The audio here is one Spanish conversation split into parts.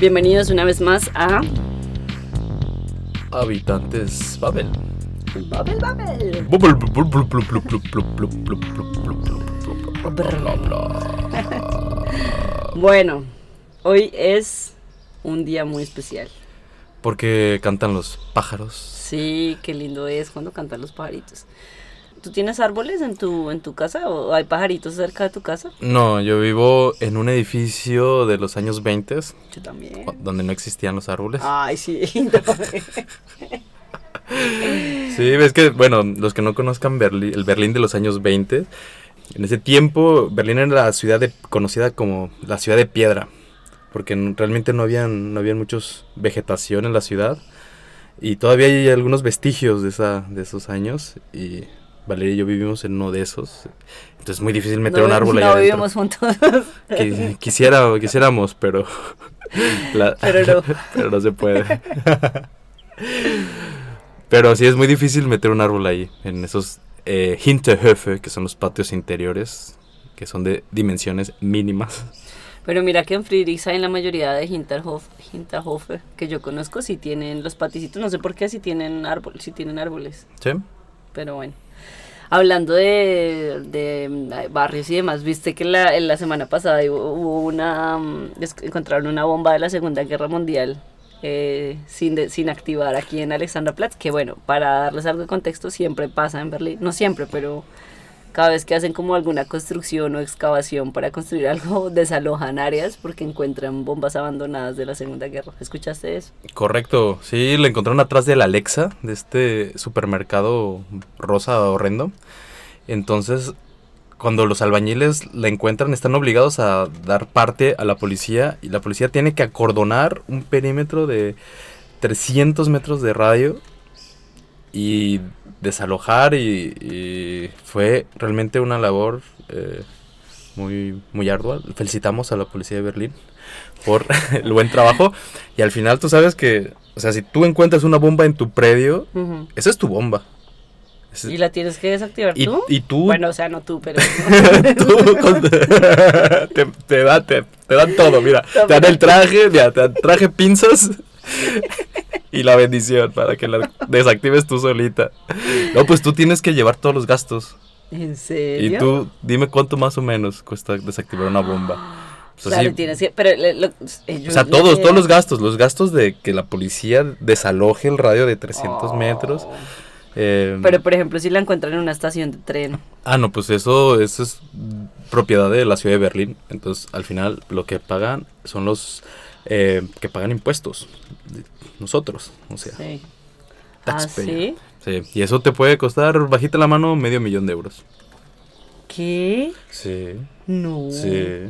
Bienvenidos una vez más a Habitantes Babel. Babel, Babel. Bueno, hoy es un día muy especial. Porque cantan los pájaros. Sí, qué lindo es cuando cantan los pajaritos. ¿Tú tienes árboles en tu casa o hay pajaritos cerca de tu casa? No, yo vivo en un edificio de los años 20, Yo también. donde no existían los árboles. Ay, sí. Sí, ves que, bueno, los que no conozcan el Berlín de los años 20, en ese tiempo Berlín era la ciudad conocida como la ciudad de piedra, porque realmente no habían muchos vegetación en la ciudad y todavía hay algunos vestigios de esos años y Valeria y yo vivimos en uno de esos, entonces es muy difícil meter un árbol ahí adentro. No adentro. vivimos juntos. Quisiéramos, pero pero no se puede. Pero sí es muy difícil meter un árbol ahí, en esos Hinterhöfe, que son los patios interiores, que son de dimensiones mínimas. Pero mira que en Friedrichshain la mayoría de Hinterhofe que yo conozco sí tienen los paticitos, no sé por qué sí tienen árboles. ¿Sí? Pero bueno. Hablando de barrios y demás, viste que en la semana pasada hubo encontraron una bomba de la Segunda Guerra Mundial sin activar aquí en Alexanderplatz, que bueno, para darles algo de contexto, siempre pasa en Berlín, no siempre, pero cada vez que hacen como alguna construcción o excavación para construir algo, desalojan áreas porque encuentran bombas abandonadas de la Segunda Guerra. ¿Escuchaste eso? Correcto, sí, la encontraron atrás de la Alexa, de este supermercado rosa horrendo. Entonces, cuando los albañiles la encuentran, están obligados a dar parte a la policía y la policía tiene que acordonar un perímetro de 300 metros de radio y desalojar y fue realmente una labor muy, muy ardua. Felicitamos a la policía de Berlín por el buen trabajo y al final tú sabes que, o sea, si tú encuentras una bomba en tu predio, esa es tu bomba. ¿Y la tienes que desactivar tú? Y tú... Bueno, o sea, no tú, pero... te dan todo, mira. Te dan el traje, mira, te dan traje, pinzas y la bendición para que la desactives tú solita. No, pues tú tienes que llevar todos los gastos. ¿En serio? Y tú, dime cuánto más o menos cuesta desactivar una bomba. O sea, le tienes que... Pero o sea, todos los gastos de que la policía desaloje el radio de 300 metros... pero por ejemplo si la encuentran en una estación de tren. No, pues eso es propiedad de la ciudad de Berlín. Entonces al final lo que pagan son los que pagan impuestos, nosotros, o sea, sí. taxpayer. ¿Sí? Sí, y eso te puede costar bajita la mano $500,000. ¿Qué? Sí. No. Sí.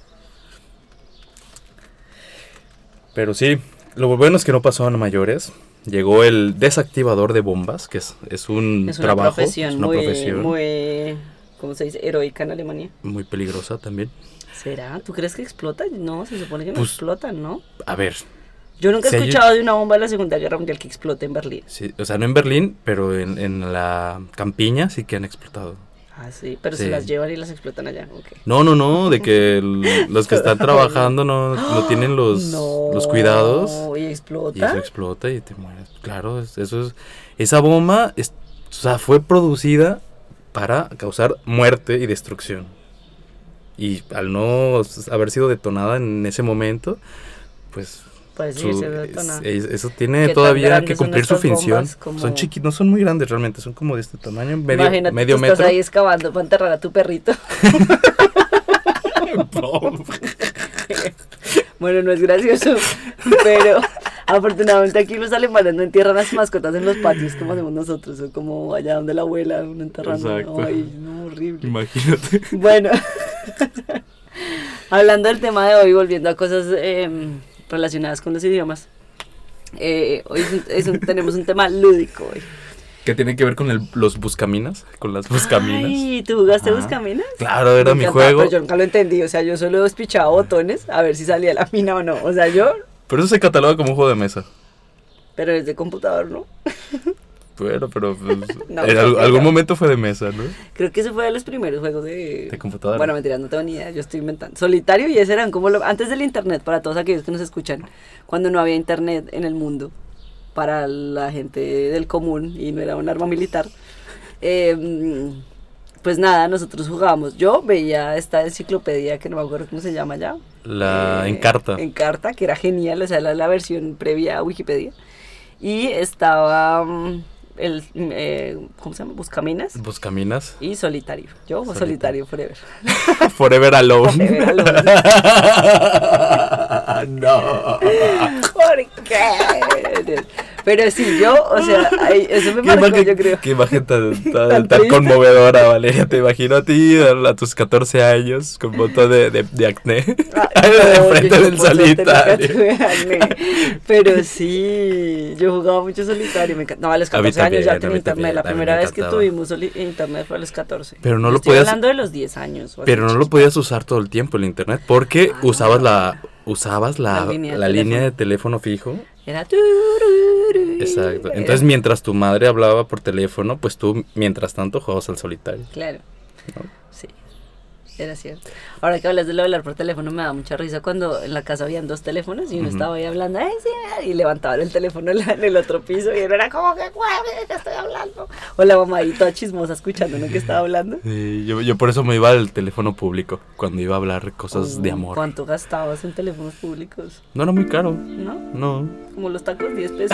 Pero sí, lo bueno es que no pasó a mayores. Llegó el desactivador de bombas, que es un trabajo, profesión, es una profesión muy, ¿cómo se dice? Heroica en Alemania. Muy peligrosa también. ¿Será? ¿Tú crees que explota? No, se supone que no explotan, ¿no? A ver. Yo nunca he escuchado de una bomba de la Segunda Guerra Mundial que explote en Berlín. Sí, o sea, no en Berlín, pero en la campiña sí que han explotado. Sí, pero sí. Se las llevan y las explotan allá, okay. No, de que los que están trabajando no tienen los cuidados. ¿Y explota? Y eso explota y te mueres. Claro, esa bomba o sea, fue producida para causar muerte y destrucción. Y al no haber sido detonada en ese momento, pues... eso tiene todavía que cumplir su función. Son chiquitos, no son muy grandes realmente, son como de este tamaño, medio metro. Estás ahí excavando para enterrar a tu perrito. Bueno, no es gracioso, pero afortunadamente aquí los alemanes no entierran las mascotas en los patios como hacemos nosotros, o como allá donde la abuela, uno enterrando. Exacto. Ay, no, horrible. Imagínate. Bueno, hablando del tema de hoy, volviendo a cosas relacionadas con los idiomas. Hoy tenemos un tema lúdico hoy. ¿Qué tiene que ver con los buscaminas? Con las buscaminas. Ay, ¿tú jugaste buscaminas? Claro, era mi juego. Pero yo nunca lo entendí, o sea, yo solo despichaba botones a ver si salía la mina o no, o sea, yo... Pero eso se cataloga como un juego de mesa. Pero es de computador, ¿no? Bueno, pero pues, No, en creo que algún no. momento fue de mesa, ¿no? Creo que ese fue de los primeros juegos de... De computadora. Bueno, mentira, no tengo ni idea, yo estoy inventando. Solitario y ese eran como antes del internet, para todos aquellos que nos escuchan, cuando no había internet en el mundo, para la gente del común y no era un arma militar. Pues nada, nosotros jugábamos. Yo veía esta enciclopedia que no me acuerdo cómo se llama ya. La Encarta. Encarta, que era genial, o sea, la versión previa a Wikipedia. Y estaba ¿cómo se llama? Buscaminas Buscaminas. y Solitario. Yo Solitario forever. Forever Alone. Forever alone. No. ¿Por qué? Pero sí, yo, o sea, eso me marcó, yo creo. Qué imagen tan Tan triste. conmovedora, Valeria. Te imagino a ti a tus 14 años con un montón de acné. Frente yo del por suerte nunca solitario. tuve acné. Pero sí, yo jugaba mucho solitario. No, a los A mí 14 años ya también, a tenía mí internet. La también, a mí primera me vez que encantaba. tuvimos internet fue a los 14. Pero no Yo lo estoy podías- hablando de los 10 años. o así, Pero no lo chiquito. podías usar todo el tiempo el internet porque Ah. usabas la La línea de línea de teléfono. teléfono fijo. Era... Exacto. Entonces, mientras tu madre hablaba por teléfono, pues tú, mientras tanto, jugabas al solitario. Claro. ¿No? Sí, era cierto. Ahora que hablas de lo de hablar por teléfono, me da mucha risa cuando en la casa habían dos teléfonos y uno Ujú. estaba ahí hablando, "Ay, sí", y levantaban el teléfono en el otro piso y uno era como que, "Güey, que estoy hablando". O la mamá ahí toda chismosa escuchando, ¿no? Que estaba hablando. Sí, yo por eso me iba al teléfono público cuando iba a hablar cosas de amor. ¿Cuánto gastabas en teléfonos públicos? No era muy caro. ¿No? No. Como los tacos, 10 pesos.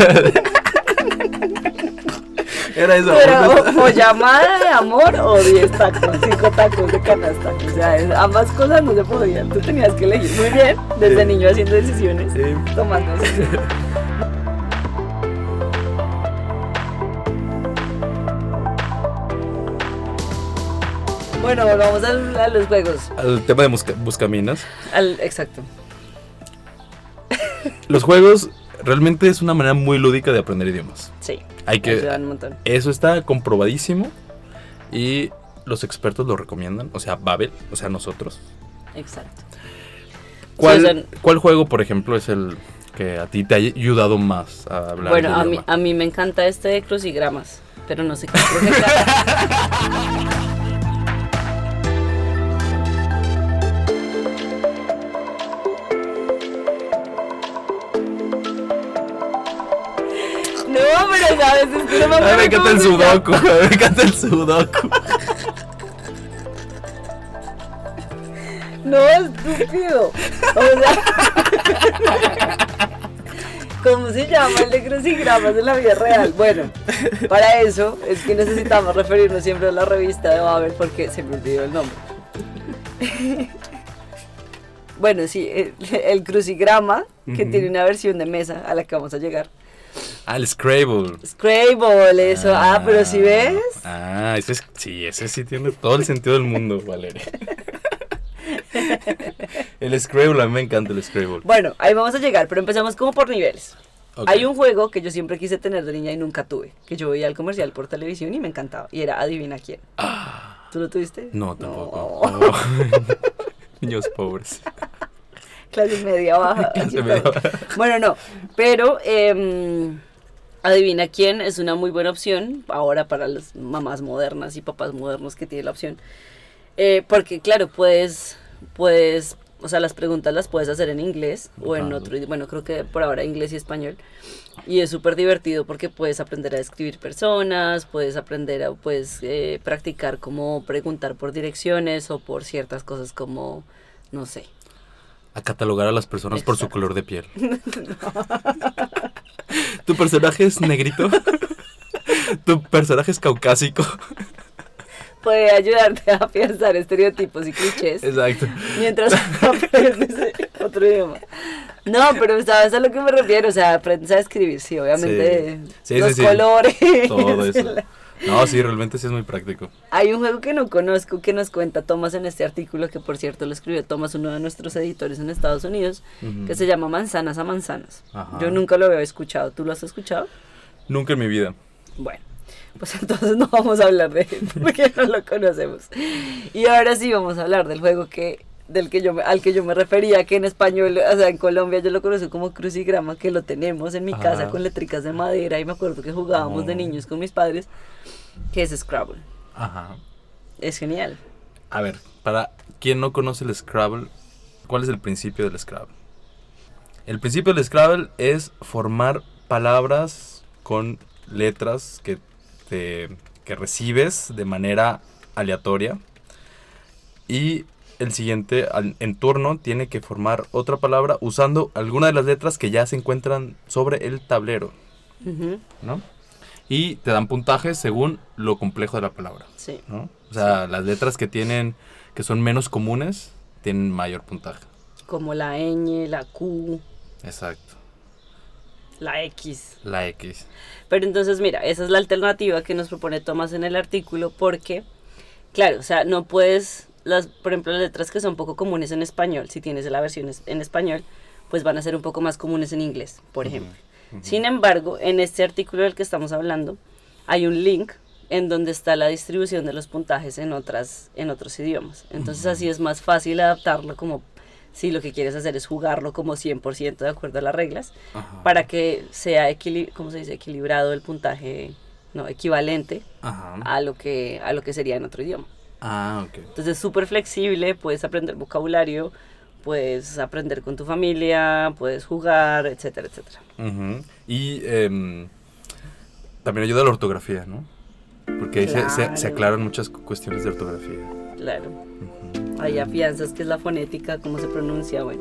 Era eso. Pero o llamada de amor o 10 tacos, 5 tacos de canasta. O sea, ambas cosas no se podían. Tú tenías que elegir. Muy bien, desde Sí. niño haciendo decisiones, Sí. tomando decisiones. Bueno, volvamos a los juegos. Al tema de buscaminas. Exacto. Los juegos realmente es una manera muy lúdica de aprender idiomas. Sí. Hay que Ayudan un montón. Eso está comprobadísimo y los expertos lo recomiendan, o sea, Babel, o sea, nosotros. Exacto. ¿Cuál, Sí, o sea, ¿Cuál juego, por ejemplo, es el que a ti te ha ayudado más a hablar Bueno, el idioma? a mí me encanta este de crucigramas, pero no sé qué crucigramas. No, pero sabes, es que no me A mí me acuerdo encanta cómo el se llama. sudoku, a mí me encanta el sudoku. No, estúpido. O sea, ¿cómo se llama el de crucigramas de la vida real? Bueno, para eso es que necesitamos referirnos siempre a la revista de Babel porque se me olvidó el nombre. Bueno, sí, el crucigrama, que Ujú. tiene una versión de mesa a la que vamos a llegar. Ah, el Scrabble. Scrabble, eso. Pero si ves. Ah, ese sí tiene todo el sentido del mundo, Valeria. El Scrabble, a mí me encanta el Scrabble. Bueno, ahí vamos a llegar, pero empezamos como por niveles. Ok. Hay un juego que yo siempre quise tener de niña y nunca tuve, que yo veía el comercial por televisión y me encantaba, y era Adivina quién. ¿Tú lo tuviste? No, tampoco. No. No. Niños pobres. Clase media baja. Clase media baja. Bueno, no, pero Adivina quién es una muy buena opción ahora para las mamás modernas y papás modernos que tienen la opción. Porque claro, puedes, o sea, las preguntas las puedes hacer en inglés o en Ajá. otro idioma. Bueno, creo que por ahora inglés y español. Y es súper divertido porque puedes aprender a describir personas, puedes aprender a practicar cómo preguntar por direcciones o por ciertas cosas como, no sé. A catalogar a las personas por su Exacto. color de piel. ¿Tu personaje es negrito? ¿Tu personaje es caucásico? Puede ayudarte a pensar estereotipos y clichés Exacto. mientras aprendes otro idioma. No, pero sabes a lo que me refiero, o sea, aprendes a escribir, sí, obviamente Sí, los sí. colores. Todo eso. No, sí, realmente sí es muy práctico. Hay un juego que no conozco que nos cuenta Tomás en este artículo, que por cierto lo escribió Tomás, uno de nuestros editores en Estados Unidos, Ujú. que se llama Manzanas a Manzanas. Ajá. Yo nunca lo había escuchado, ¿tú lo has escuchado? Nunca en mi vida. Bueno, pues entonces no vamos a hablar de él porque no lo conocemos. Y ahora sí vamos a hablar del juego que al que yo me refería, que en español, o sea, en Colombia yo lo conocí como crucigrama, que lo tenemos en mi casa con letricas de madera, y me acuerdo que jugábamos de niños con mis padres, que es Scrabble. Ajá. Es genial. A ver, para quien no conoce el Scrabble, ¿cuál es el principio del Scrabble? El principio del Scrabble es formar palabras con letras que recibes de manera aleatoria, y el siguiente en turno tiene que formar otra palabra usando alguna de las letras que ya se encuentran sobre el tablero, ¿no? Y te dan puntajes según lo complejo de la palabra, sí, ¿no? O sea, las letras que son menos comunes tienen mayor puntaje. Como la ñ, la Q. Exacto. La X. La X. Pero entonces, mira, esa es la alternativa que nos propone Tomás en el artículo, porque, claro, o sea, no puedes, por ejemplo, las letras que son poco comunes en español, si tienes la versión en español, pues van a ser un poco más comunes en inglés, por ejemplo. Sin embargo, en este artículo del que estamos hablando, hay un link en donde está la distribución de los puntajes en otros idiomas. Entonces, así es más fácil adaptarlo como si lo que quieres hacer es jugarlo como 100% de acuerdo a las reglas, para que sea ¿cómo se dice? Equilibrado el puntaje, no, equivalente a lo que sería en otro idioma. Ok. Entonces es súper flexible, puedes aprender vocabulario, puedes aprender con tu familia, puedes jugar, etcétera, etcétera. Y también ayuda a la ortografía, ¿no? Porque ahí se aclaran muchas cuestiones de ortografía. Claro. Hay afianzas que es la fonética, cómo se pronuncia, bueno.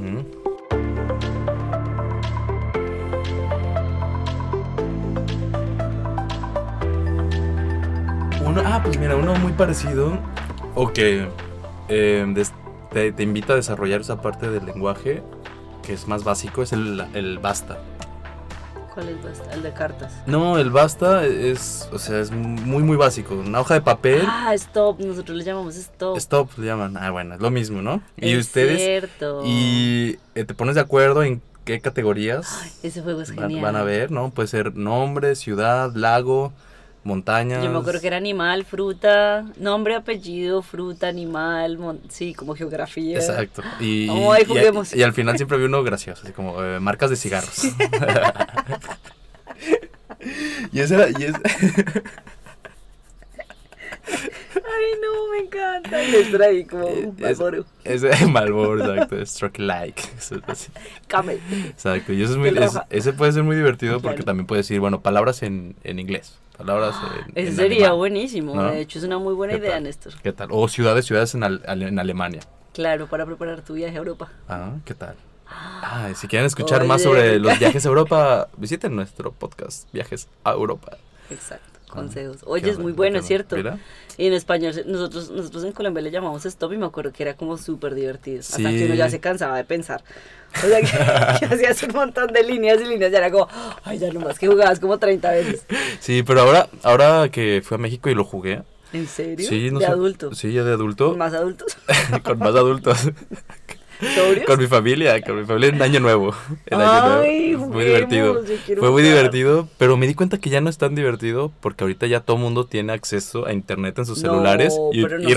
Pues mira, uno muy parecido, o que te invita a desarrollar esa parte del lenguaje que es más básico, es el basta. ¿Cuál es basta? El de cartas. No, el basta es muy muy básico, una hoja de papel. Stop, nosotros le llamamos stop. Stop le llaman, bueno, es lo mismo, ¿no? Es y ustedes cierto. Y te pones de acuerdo en qué categorías ese juego es genial. Van a ver, ¿no? Puede ser nombre, ciudad, lago, montañas. Yo me acuerdo que era animal, fruta, nombre, apellido, fruta, animal, sí, como geografía. Exacto. Y al final siempre había uno gracioso, así como marcas de cigarros. y ese era... Ay, no, me encanta. Y es ahí como Marlboro. Ese Marlboro, exacto. Stroke like. Camel. Exacto. Y ese puede ser muy divertido porque también puedes decir, bueno, palabras en inglés. Palabras en sería alemán, buenísimo. ¿No? De hecho, es una muy buena idea, Néstor. ¿Qué tal? O ciudades en Alemania. Claro, para preparar tu viaje a Europa. ¿Qué tal? Si quieren escuchar más sobre los viajes a Europa, visiten nuestro podcast, Viajes a Europa. Exacto. Consejos. Oye, es muy bueno, es cierto. ¿Mira? Y en español, nosotros en Colombia le llamamos stop y me acuerdo que era como súper divertido. Sí. Hasta que uno ya se cansaba de pensar. O sea, que hacías un montón de líneas y líneas, ya era como, ay, ya nomás que jugabas como 30 veces. Sí, pero ahora que fui a México y lo jugué. ¿En serio? Sí, ¿De adulto? Sí, ya de adulto. ¿Con más adultos? Con más adultos. ¿Sobrios? Con mi familia en Año Nuevo. Muy divertido. Fue muy divertido, pero me di cuenta que ya no es tan divertido porque ahorita ya todo el mundo tiene acceso a internet en sus celulares y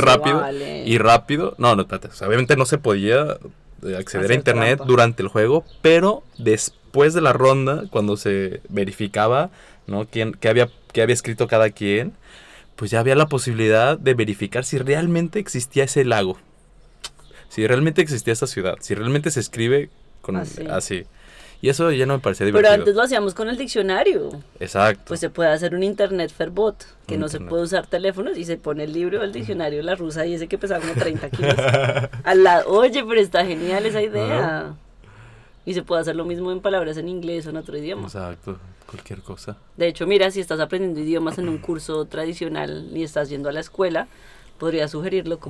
rápido. No, espérate, obviamente no se podía acceder a internet durante el juego, pero después de la ronda, cuando se verificaba, ¿no? qué había escrito cada quien, pues ya había la posibilidad de verificar si realmente existía ese lago. Si realmente existía esa ciudad, si realmente se escribe así. Y eso ya no me parecía divertido. Pero antes lo hacíamos con el diccionario. Exacto. Pues se puede hacer un internet Fairbot, que no se puede usar teléfonos y se pone el libro del diccionario la rusa y ese que pesaba como 30 kilos. Al lado. Oye, pero está genial esa idea. Y se puede hacer lo mismo en palabras en inglés o en otro idioma. Exacto, cualquier cosa. De hecho, mira, si estás aprendiendo idiomas en un curso tradicional y estás yendo a la escuela, podría sugerirlo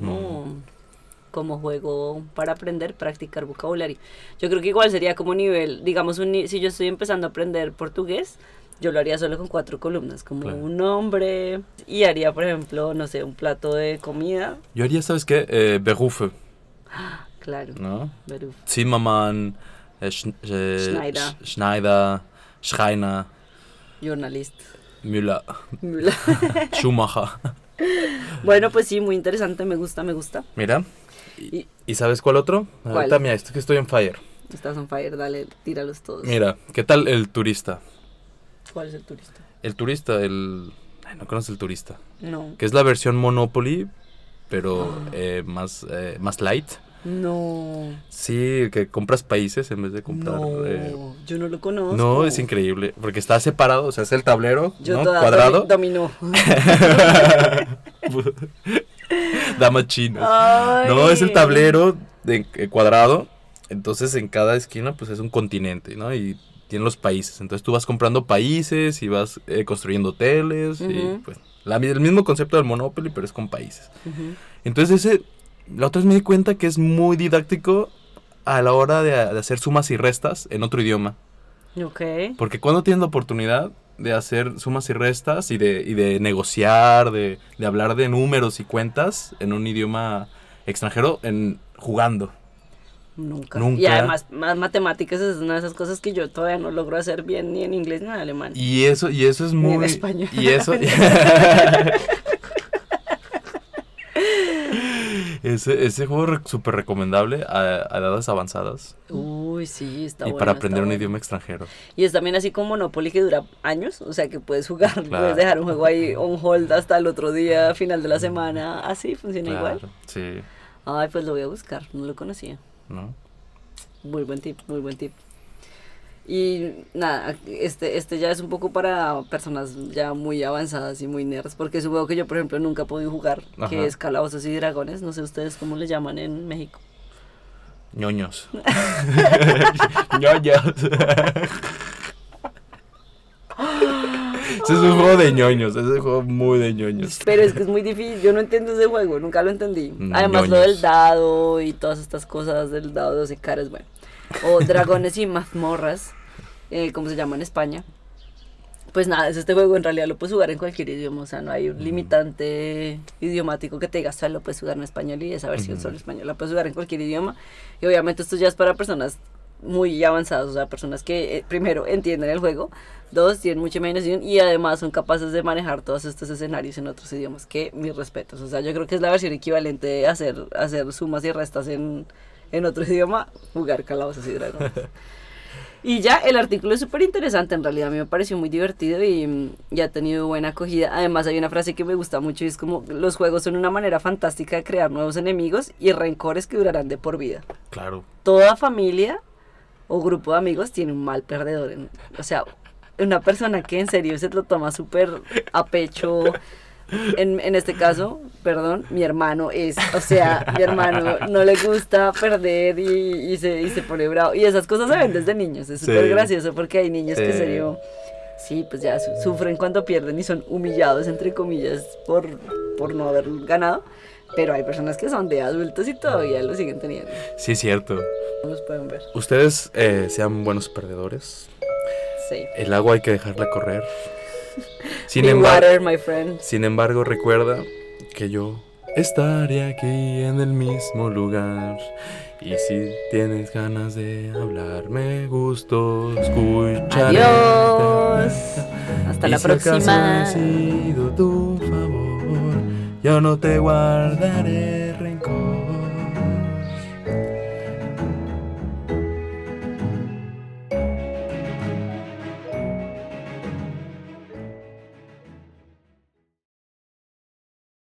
como juego para aprender, practicar vocabulario. Yo creo que igual sería como nivel, digamos, si yo estoy empezando a aprender portugués, yo lo haría solo con 4 columnas, como un nombre, y haría, por ejemplo, no sé, un plato de comida. Yo haría, ¿sabes qué? Berufe. Claro. ¿No? Berufe. Zimmermann, Schneider, Schreiner. Journalist. Müller. Schumacher. Bueno, pues sí, muy interesante, me gusta. Mira. ¿Y sabes cuál otro? ¿Cuál? Ahorita, mira, esto que estoy en fire. Estás on fire, dale, tíralos todos. Mira, ¿qué tal el turista? ¿Cuál es el turista? El turista, Ay, no conoces el turista. No. Que es la versión Monopoly, pero más light. No. Sí, que compras países en vez de comprar... No, yo no lo conozco. No, es increíble, porque está separado, o sea, es el tablero, Yo ¿no? toda Cuadrado. dominó. Dama china. Ay. No, es el tablero de cuadrado, entonces en cada esquina pues es un continente, ¿no? Y tiene los países, entonces tú vas comprando países y vas construyendo hoteles y pues el mismo concepto del Monopoly, pero es con países. Entonces la otra vez me di cuenta que es muy didáctico a la hora de hacer sumas y restas en otro idioma. Ok. Porque cuando tienes la oportunidad de hacer sumas y restas y de negociar, de hablar de números y cuentas en un idioma extranjero, jugando. Nunca. Nunca. Y además, más matemáticas es una de esas cosas que yo todavía no logro hacer bien ni en inglés ni en alemán. Y eso es muy... Ni en español. Y eso... ese juego súper recomendable a edades avanzadas. Uy, sí, está bueno. Y para aprender un bueno. idioma extranjero. Y es también así como Monopoly que dura años, o sea que puedes jugar, Claro. puedes dejar un juego ahí on hold hasta el otro día, final de la semana, así funciona igual. Sí, Ay, pues lo voy a buscar, no lo conocía. ¿no? Muy buen tip, muy buen tip. Y nada, este ya es un poco para personas ya muy avanzadas y muy nerds, porque es un juego que yo, por ejemplo, nunca he podido jugar, Ajá. que es Calabozos y Dragones, no sé ustedes cómo le llaman en México. Ñoños. Ñoños. Ese es un juego de ñoños, ese es un juego muy de ñoños. Pero es que es muy difícil, yo no entiendo ese juego, nunca lo entendí. Además lo Ñoños. del dado y todas estas cosas del dado de 12 caras, bueno. O dragones y mazmorras, como se llama en España. Pues nada, es este juego, en realidad lo puedes jugar en cualquier idioma, o sea, no hay un limitante idiomático que te diga, solo lo puedes jugar en español y esa versión solo en español, la puedes jugar en cualquier idioma. Y obviamente esto ya es para personas muy avanzadas, o sea, personas que primero entienden el juego, dos, tienen mucha imaginación y además son capaces de manejar todos estos escenarios en otros idiomas, que mis respetos, o sea, yo creo que es la versión equivalente de hacer sumas y restas en otro idioma, jugar Calabozos y Dragones. Y ya, el artículo es súper interesante, en realidad a mí me pareció muy divertido y ha tenido buena acogida. Además hay una frase que me gusta mucho y es como, los juegos son una manera fantástica de crear nuevos enemigos y rencores que durarán de por vida. Claro. Toda familia o grupo de amigos tiene un mal perdedor. O sea, una persona que en serio se lo toma súper a pecho. En este caso, perdón, mi hermano mi hermano no le gusta perder y se pone bravo. Y esas cosas se ven desde niños, es súper gracioso porque hay niños que en serio, sí, pues ya sufren cuando pierden y son humillados, entre comillas, por no haber ganado. Pero hay personas que son de adultos y todavía lo siguen teniendo. Sí, es cierto. No los pueden ver. Ustedes sean buenos perdedores. Sí. El agua hay que dejarla correr. Water, my friend. Sin embargo, recuerda que yo estaré aquí en el mismo lugar. Y si tienes ganas de hablar, me gusto escuchar. Adiós. Hasta la si acaso próxima. he sido tu favor, yo no te guardaré.